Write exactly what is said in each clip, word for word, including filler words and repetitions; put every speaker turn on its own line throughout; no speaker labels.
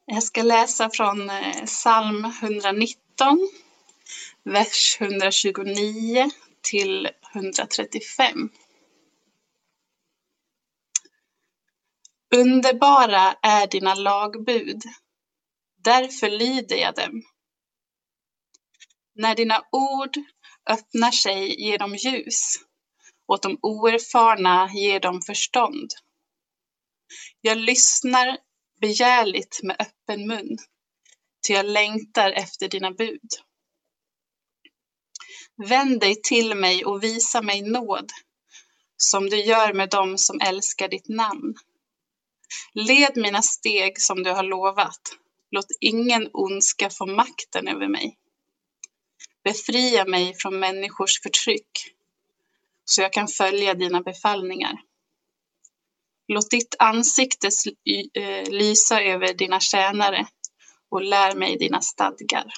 Jag ska läsa från psalm etthundranitton, vers etthundratjugonio till etthundratrettiofem. Underbara är dina lagbud, därför lyder jag dem. När dina ord öppnar sig ger de ljus, åt de oerfarna ger de förstånd. Jag lyssnar begärligt med öppen mun, till jag längtar efter dina bud. Vänd dig till mig och visa mig nåd, som du gör med dem som älskar ditt namn. Led mina steg som du har lovat, låt ingen ondska få makten över mig. Befria mig från människors förtryck, så jag kan följa dina befallningar. Låt ditt ansikte lysa över dina tjänare och lär mig dina stadgar.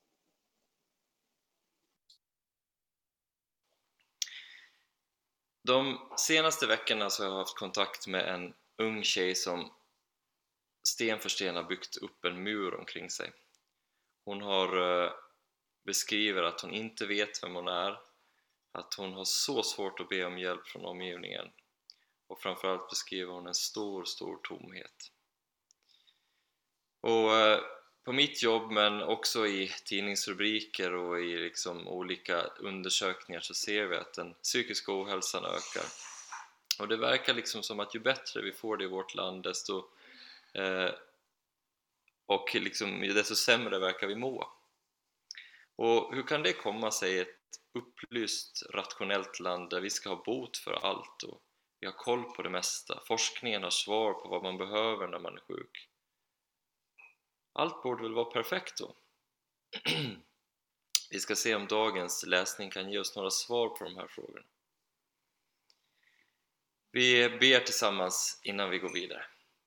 De senaste veckorna så har jag haft kontakt med en ung tjej som sten för sten har byggt upp en mur omkring sig. Hon har beskriver att hon inte vet vem hon är, att hon har så svårt att be om hjälp från omgivningen, och framförallt beskriver hon en stor, stor tomhet. Och eh, på mitt jobb, men också i tidningsrubriker och i liksom olika undersökningar, så ser vi att den psykiska ohälsan ökar. Och det verkar liksom som att ju bättre vi får det i vårt land, desto, eh, och liksom, desto sämre verkar vi må. Och hur kan det komma sig i ett upplyst, rationellt land där vi ska ha bot för allt och vi har koll på det mesta? Forskningen har svar på vad man behöver när man är sjuk. Allt borde väl vara perfekt då? Vi ska se om dagens läsning kan ge oss några svar på de här frågorna. Vi ber tillsammans innan vi går vidare.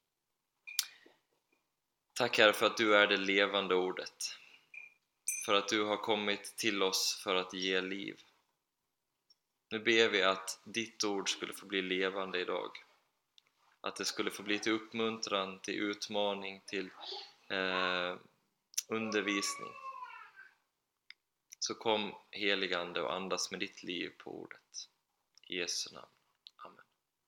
Tack Herre för att du är det levande ordet. För att du har kommit till oss för att ge liv. Nu ber vi att ditt ord skulle få bli levande idag. Att det skulle få bli till uppmuntran, till utmaning, till eh, undervisning. Så kom heligande och andas med ditt liv på ordet. I Jesu namn. Amen.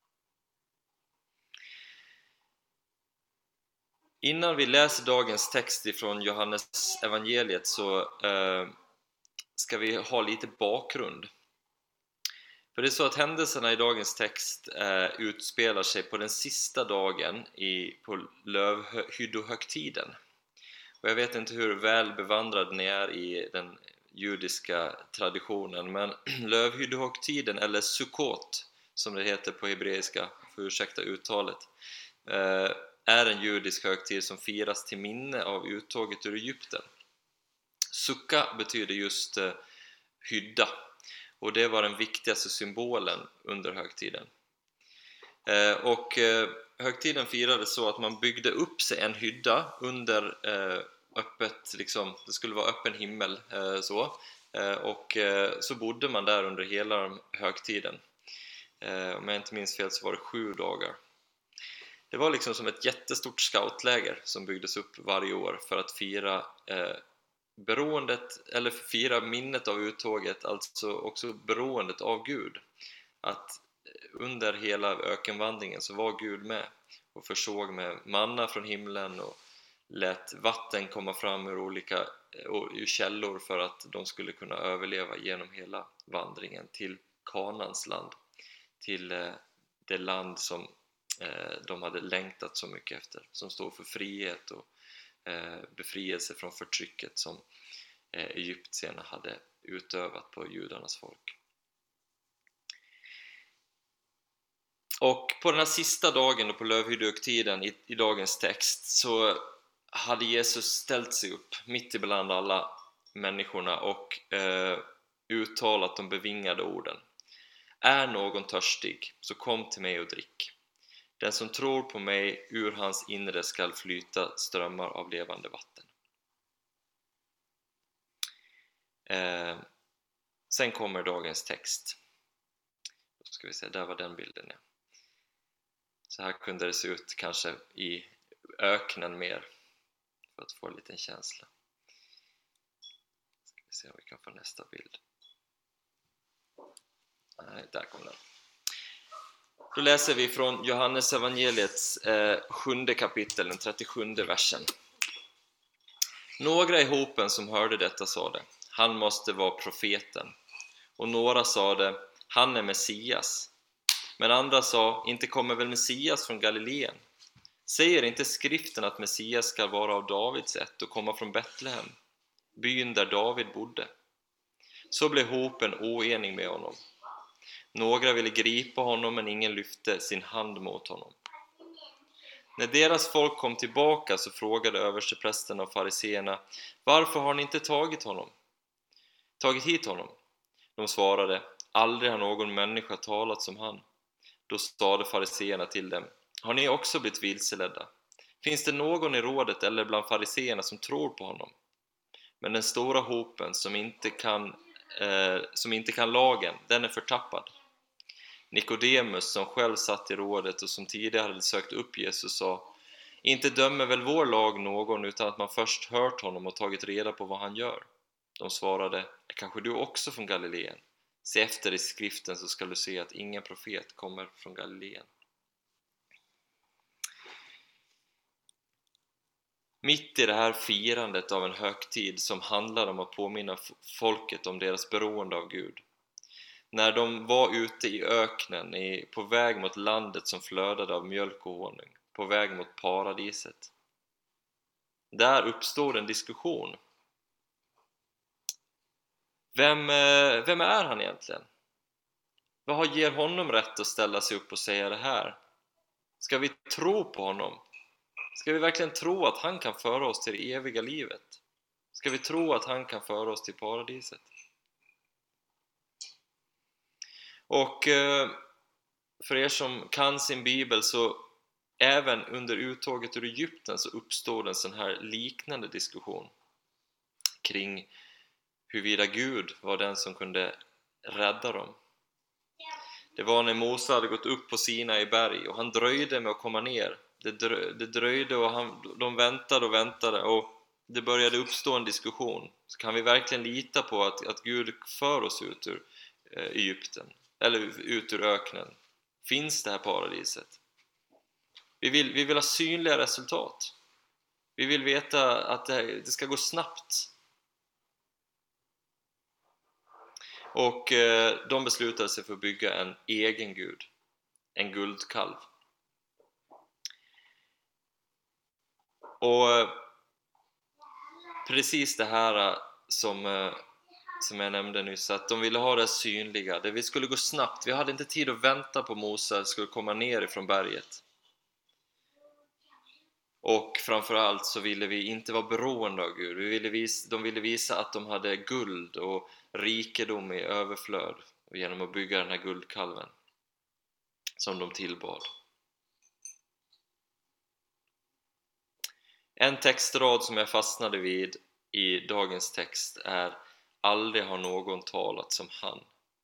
Innan vi läser dagens text ifrån Johannes evangeliet så eh, ska vi ha lite bakgrund. För det är så att händelserna i dagens text eh, utspelar sig på den sista dagen i, på lövhyddohögtiden. Och jag vet inte hur väl bevandrad ni är i den judiska traditionen, men lövhyddohögtiden, eller Sukkot som det heter på hebreiska, för ursäkta uttalet, eh, är en judisk högtid som firas till minne av uttåget ur Egypten. Sukka betyder just eh, hydda, och det var den viktigaste symbolen under högtiden. Eh, och eh, högtiden firades så att man byggde upp sig en hydda under eh, öppet, liksom, det skulle vara öppen himmel, eh, så. Eh, och eh, så bodde man där under hela högtiden. Eh, om jag inte minns fel så var det sju dagar. Det var liksom som ett jättestort scoutläger som byggdes upp varje år för att fira eh, beroendet, eller fira minnet av uttåget, alltså också beroendet av Gud. Att under hela ökenvandringen så var Gud med och försåg med manna från himlen och lät vatten komma fram ur olika ur källor för att de skulle kunna överleva genom hela vandringen till Kanans land, till eh, det land som de hade längtat så mycket efter, som står för frihet och eh, befrielse från förtrycket som eh, egyptierna hade utövat på judarnas folk. Och på den här sista dagen och på lövhyddohögtiden i, i dagens text så hade Jesus ställt sig upp mitt ibland alla människorna och eh, uttalat de bevingade orden: är någon törstig, så kom till mig och drick. Den som tror på mig, ur hans inre skall flyta strömmar av levande vatten. Eh, sen kommer dagens text. Då ska vi se, där var den bilden. Ja. Så här kunde det se ut kanske i öknen mer. för att få en liten känsla. Ska vi se om vi kan få nästa bild. Nej, där kom den. Då läser vi från Johannes evangeliets eh, sjunde kapitel, den trettiosjunde versen. Några i hopen som hörde detta sade: han måste vara profeten. Och några sade: han är Messias. Men andra sa: inte kommer väl Messias från Galileen? Säger inte skriften att Messias ska vara av Davids ett och komma från Betlehem, byn där David bodde? Så blev hopen oenig med honom. Några ville gripa honom, men ingen lyfte sin hand mot honom. När deras folk kom tillbaka så frågade översteprästerna och fariseerna: varför har ni inte tagit honom? Tagit hit honom? De svarade: aldrig har någon människa talat som han. Då sade fariseerna till dem: har ni också blivit vilseledda? Finns det någon i rådet eller bland fariseerna som tror på honom? Men den stora hopen som inte kan, eh, som inte kan lagen, den är förtappad. Nikodemus, som själv satt i rådet och som tidigare hade sökt upp Jesus, sa: inte dömer väl vår lag någon utan att man först hört honom och tagit reda på vad han gör? De svarade: är kanske du också från Galileen? Se efter i skriften så ska du se att ingen profet kommer från Galileen. Mitt i det här firandet av en högtid som handlar om att påminna folket om deras beroende av Gud, när de var ute i öknen, på väg mot landet som flödade av mjölk och honung, på väg mot paradiset, där uppstod en diskussion. Vem, vem är han egentligen? Vad ger honom rätt att ställa sig upp och säga det här? Ska vi tro på honom? Ska vi verkligen tro att han kan föra oss till det eviga livet? Ska vi tro att han kan föra oss till paradiset? Och för er som kan sin bibel, så även under uttåget ur Egypten så uppstod en sån här liknande diskussion kring huruvida Gud var den som kunde rädda dem. Det var när Mose hade gått upp på Sinai berg och han dröjde med att komma ner. Det, drö, det dröjde och han, de väntade och väntade och det började uppstå en diskussion. Så kan vi verkligen lita på att, att Gud för oss ut ur eh, Egypten? Eller ut ur öknen? Finns det här paradiset? Vi vill, vi vill ha synliga resultat. Vi vill veta att det, här, det ska gå snabbt. Och eh, de beslutade sig för att bygga en egen gud. En guldkalv. Och eh, precis det här som, eh, som jag nämnde nyss, att de ville ha det synliga. Det vi skulle gå snabbt. Vi hade inte tid att vänta på Mose skulle komma ner ifrån berget. Och framförallt så ville vi inte vara beroende av Gud. Vi ville visa, de ville visa att de hade guld och rikedom i överflöd genom att bygga den här guldkalven som de tillbad. En textrad som jag fastnade vid i dagens text är: aldrig har någon talat som han.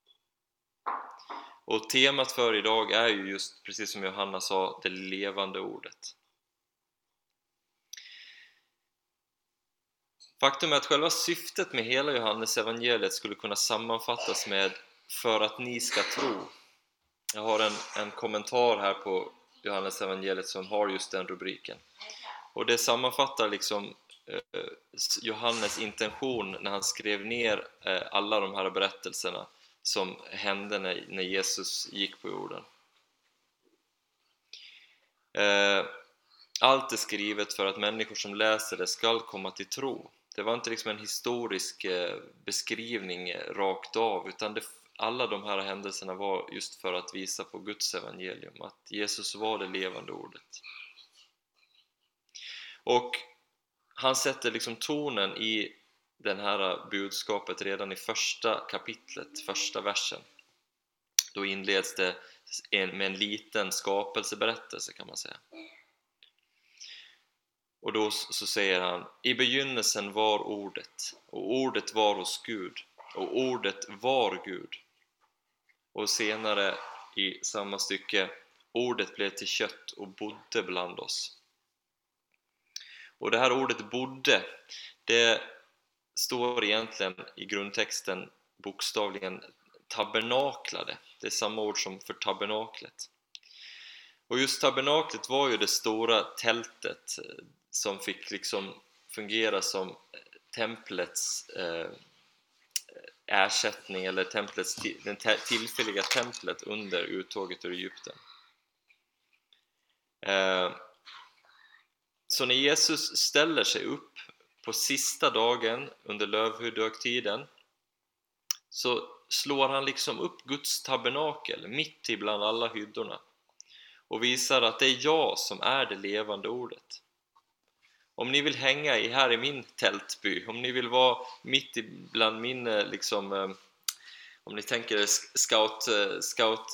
Och temat för idag är ju just, precis som Johanna sa, det levande ordet. Faktum är att själva syftet med hela Johannes evangeliet skulle kunna sammanfattas med: för att ni ska tro. Jag har en, en kommentar här på Johannes evangeliet som har just den rubriken. Och det sammanfattar liksom eh, Johannes intention när han skrev ner eh, alla de här berättelserna som hände när, när Jesus gick på jorden. Eh, allt är skrivet för att människor som läser det ska komma till tro. Det var inte liksom en historisk eh, beskrivning eh, rakt av, utan det, alla de här händelserna var just för att visa på Guds evangelium, att Jesus var det levande ordet. Och han sätter liksom tonen i den här budskapet redan i första kapitlet, första versen. Då inleds det en, med en liten skapelseberättelse, kan man säga. Och då så säger han: i begynnelsen var ordet, och ordet var hos Gud, och ordet var Gud. Och senare i samma stycke: ordet blev till kött och bodde bland oss. Och det här ordet bodde, det står egentligen i grundtexten bokstavligen tabernaklade. Det är samma ord som för tabernaklet. Och just tabernaklet var ju det stora tältet som fick liksom fungera som templets eh, ersättning, eller templets, den tillfälliga templet under uttåget ur Egypten. Eh, så när Jesus ställer sig upp på sista dagen under lövhögtiden, så slår han liksom upp Guds tabernakel mitt ibland alla hyddorna och visar att det är jag som är det levande ordet. Om ni vill hänga i här i min tältby, om ni vill vara mitt ibland min liksom, om ni tänker scout, scout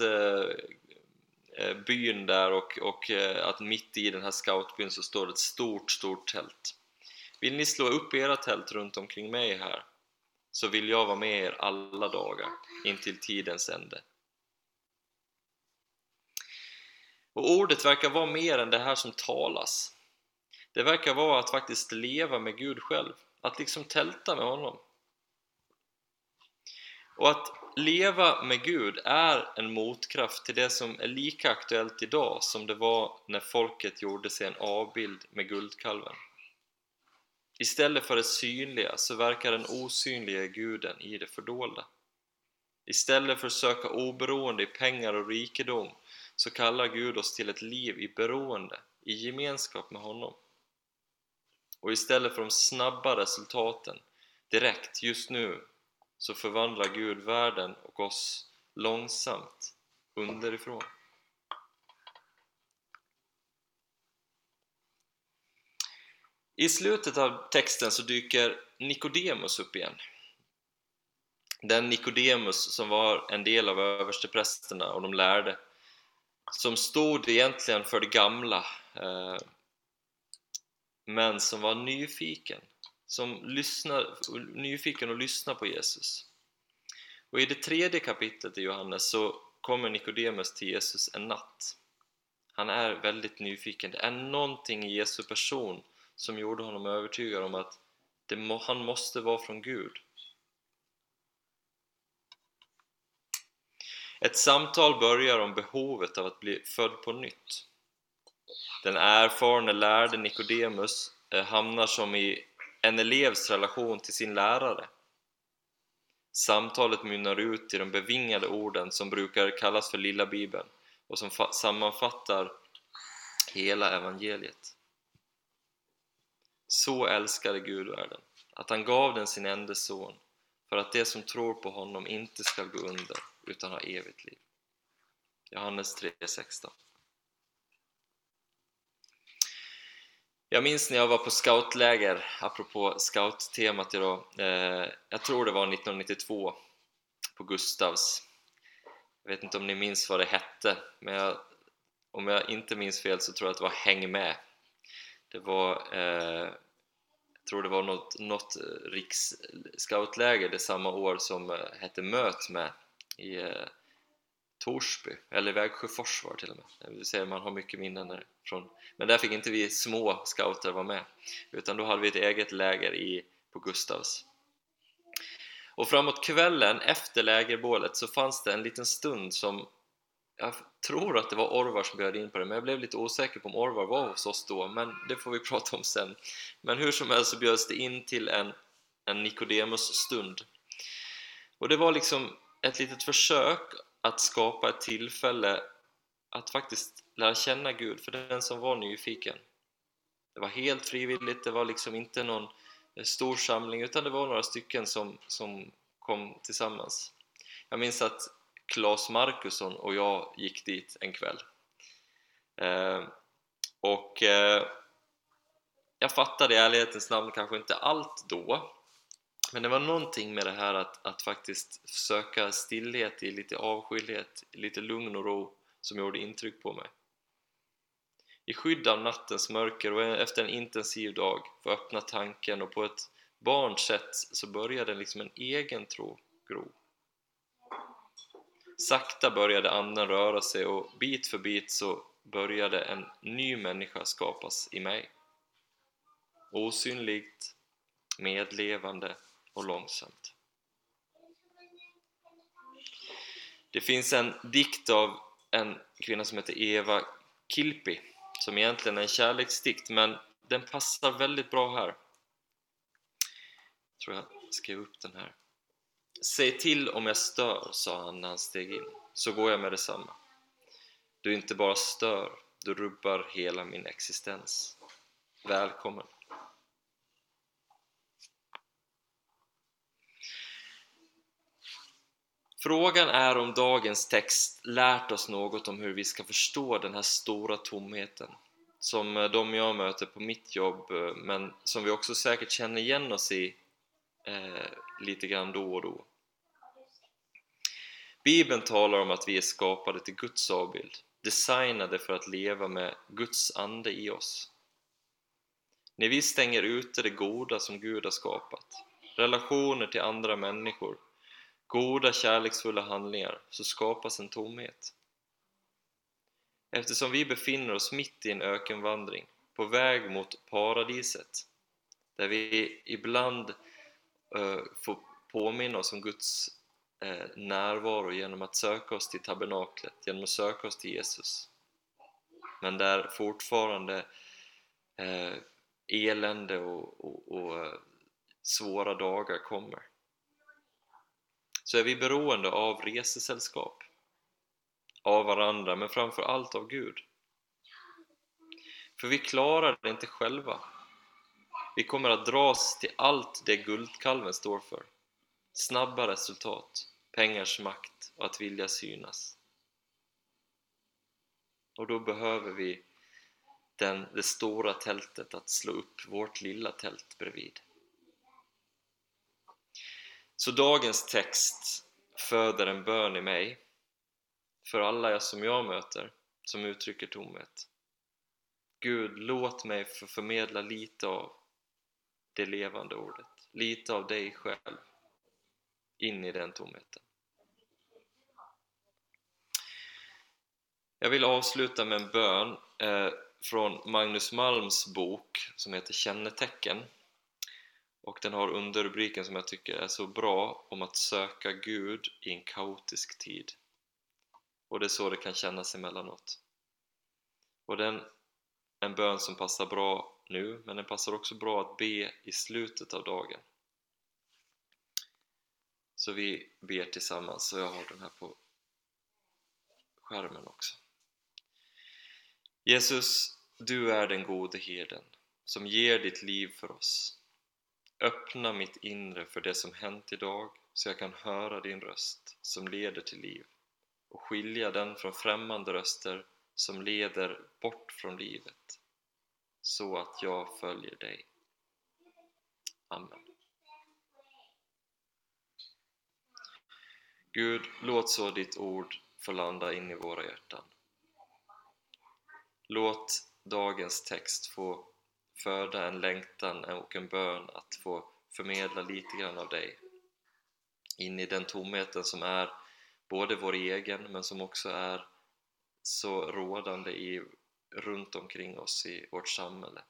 byn där, och, och att mitt i den här scoutbyn så står ett stort, stort tält. Vill ni slå upp era tält runt omkring mig här, så vill jag vara med er alla dagar intill tidens ände. Och ordet verkar vara mer än det här som talas. Det verkar vara att faktiskt leva med Gud själv, att liksom tälta med honom. Och att leva med Gud är en motkraft till det som är lika aktuellt idag som det var när folket gjorde sig en avbild med guldkalven. Istället för det synliga så verkar den osynliga guden i det fördolda. Istället för att söka oberoende i pengar och rikedom, så kallar Gud oss till ett liv i beroende, i gemenskap med honom. Och istället för de snabba resultaten, direkt just nu, så förvandlar Gud världen och oss långsamt underifrån. I slutet av texten så dyker Nikodemus upp igen. Den Nikodemus som var en del av översteprästerna och de lärde, som stod egentligen för det gamla, eh, men som var nyfiken, som lyssnar, nyfiken och lyssnar på Jesus. Och i det tredje kapitlet i Johannes så kommer Nikodemus till Jesus en natt. Han är väldigt nyfiken. Det är någonting i Jesu person som gjorde honom övertygad om att det må, han måste vara från Gud. Ett samtal börjar om behovet av att bli född på nytt. Den erfarne lärde Nikodemus eh, hamnar som i en elevs relation till sin lärare. Samtalet mynnar ut i de bevingade orden som brukar kallas för lilla Bibeln och som fa- sammanfattar hela evangeliet. Så älskade Gud världen, att han gav den sin enda son, för att det som tror på honom inte ska gå under utan ha evigt liv. Johannes tre sexton. Jag minns när jag var på scoutläger, apropå scouttemat idag, eh, jag tror det var nittonhundranittiotvå på Gustavs. Jag vet inte om ni minns vad det hette, men jag, om jag inte minns fel så tror jag att det var Häng med. Det var, eh, jag tror det var något, något riksscoutläger det samma år som eh, hette Möt med i eh, Torsby, eller Vägsjöfors var till och med. Det vill säga man har mycket minnen därifrån. Men där fick inte vi små scouter vara med, utan då hade vi ett eget läger i, på Gustavs. Och framåt kvällen efter lägerbålet så fanns det en liten stund som, jag tror att det var Orvar som bjöd in på det, men jag blev lite osäker på om Orvar var hos oss då, men det får vi prata om sen. Men hur som helst så bjöds det in till en, en Nikodemus-stund. Och det var liksom ett litet försök att skapa ett tillfälle att faktiskt lära känna Gud för den som var nyfiken. Det var helt frivilligt, det var liksom inte någon stor samling, utan det var några stycken som, som kom tillsammans. Jag minns att Claes Markusson och jag gick dit en kväll. Eh, och eh, jag fattade i ärlighetens namn kanske inte allt då. Men det var någonting med det här att, att faktiskt söka stillhet i lite avskildhet, lite lugn och ro som gjorde intryck på mig. I skydd av nattens mörker och efter en intensiv dag för öppna tanken, och på ett barns sätt så började liksom en egen tro gro. Sakta började anden röra sig och bit för bit så började en ny människa skapas i mig. osynligt, medlevande och långsamt. Det finns en dikt av en kvinna som heter Eva Kilpi som egentligen är en kärleksdikt, men den passar väldigt bra här. Jag tror jag skrev upp den här. Säg till om jag stör, sa han när han steg in, så går jag med detsamma. Du inte bara stör, du rubbar hela min existens. Välkommen. Frågan är om dagens text lärt oss något om hur vi ska förstå den här stora tomheten som de jag möter på mitt jobb, men som vi också säkert känner igen oss i eh, lite grann då och då. Bibeln talar om att vi är skapade till Guds avbild, designade för att leva med Guds ande i oss. När vi stänger ute det goda som Gud har skapat, relationer till andra människor, goda kärleksfulla handlingar, så skapas en tomhet. Eftersom vi befinner oss mitt i en ökenvandring på väg mot paradiset, där vi ibland uh, får påminna oss om Guds uh, närvaro genom att söka oss till tabernaklet, genom att söka oss till Jesus, men där fortfarande uh, elände och, och, och uh, svåra dagar kommer, så är vi beroende av resesällskap, av varandra, men framför allt av Gud. För vi klarar det inte själva. Vi kommer att dras till allt det guldkalven står för. Snabba resultat, pengars makt och att vilja synas. Och då behöver vi den, det stora tältet att slå upp vårt lilla tält bredvid. Så dagens text föder en bön i mig för alla som jag möter som uttrycker tomhet. Gud, låt mig få förmedla lite av det levande ordet, lite av dig själv in i den tomheten. Jag vill avsluta med en bön eh, från Magnus Malms bok som heter Kännetecken. Och den har underrubriken som jag tycker är så bra, om att söka Gud i en kaotisk tid. Och det är så det kan kännas emellanåt. Och den en bön som passar bra nu, men den passar också bra att be i slutet av dagen. Så vi ber tillsammans, och jag har den här på skärmen också. Jesus, du är den gode herden som ger ditt liv för oss. Öppna mitt inre för det som hänt idag, så jag kan höra din röst som leder till liv och skilja den från främmande röster som leder bort från livet, så att jag följer dig. Amen. Gud, låt så ditt ord få landa in i våra hjärtan. Låt dagens text få föda en längtan och en bön att få förmedla lite grann av dig in i den tomheten som är både vår egen, men som också är så rådande i, runt omkring oss i vårt samhälle.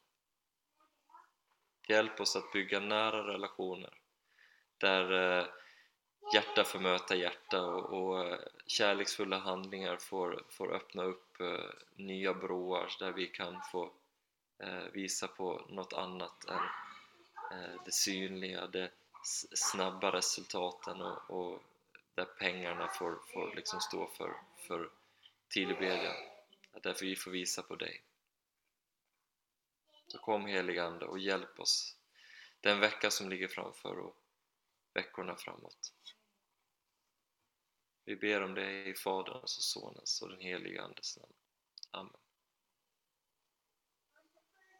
Hjälp oss att bygga nära relationer där eh, hjärta får möta hjärta och, och kärleksfulla handlingar får, får öppna upp eh, nya broar där vi kan få eh, visa på något annat än eh, det synliga, det snabba resultaten och, och där pengarna får, får liksom stå för, för tillbedjan, därför vi får visa på dig. Så kom helige Ande och hjälp oss den vecka som ligger framför och veckorna framåt. Vi ber om det i Faderns och Sonens och den helige Andes namn. Amen.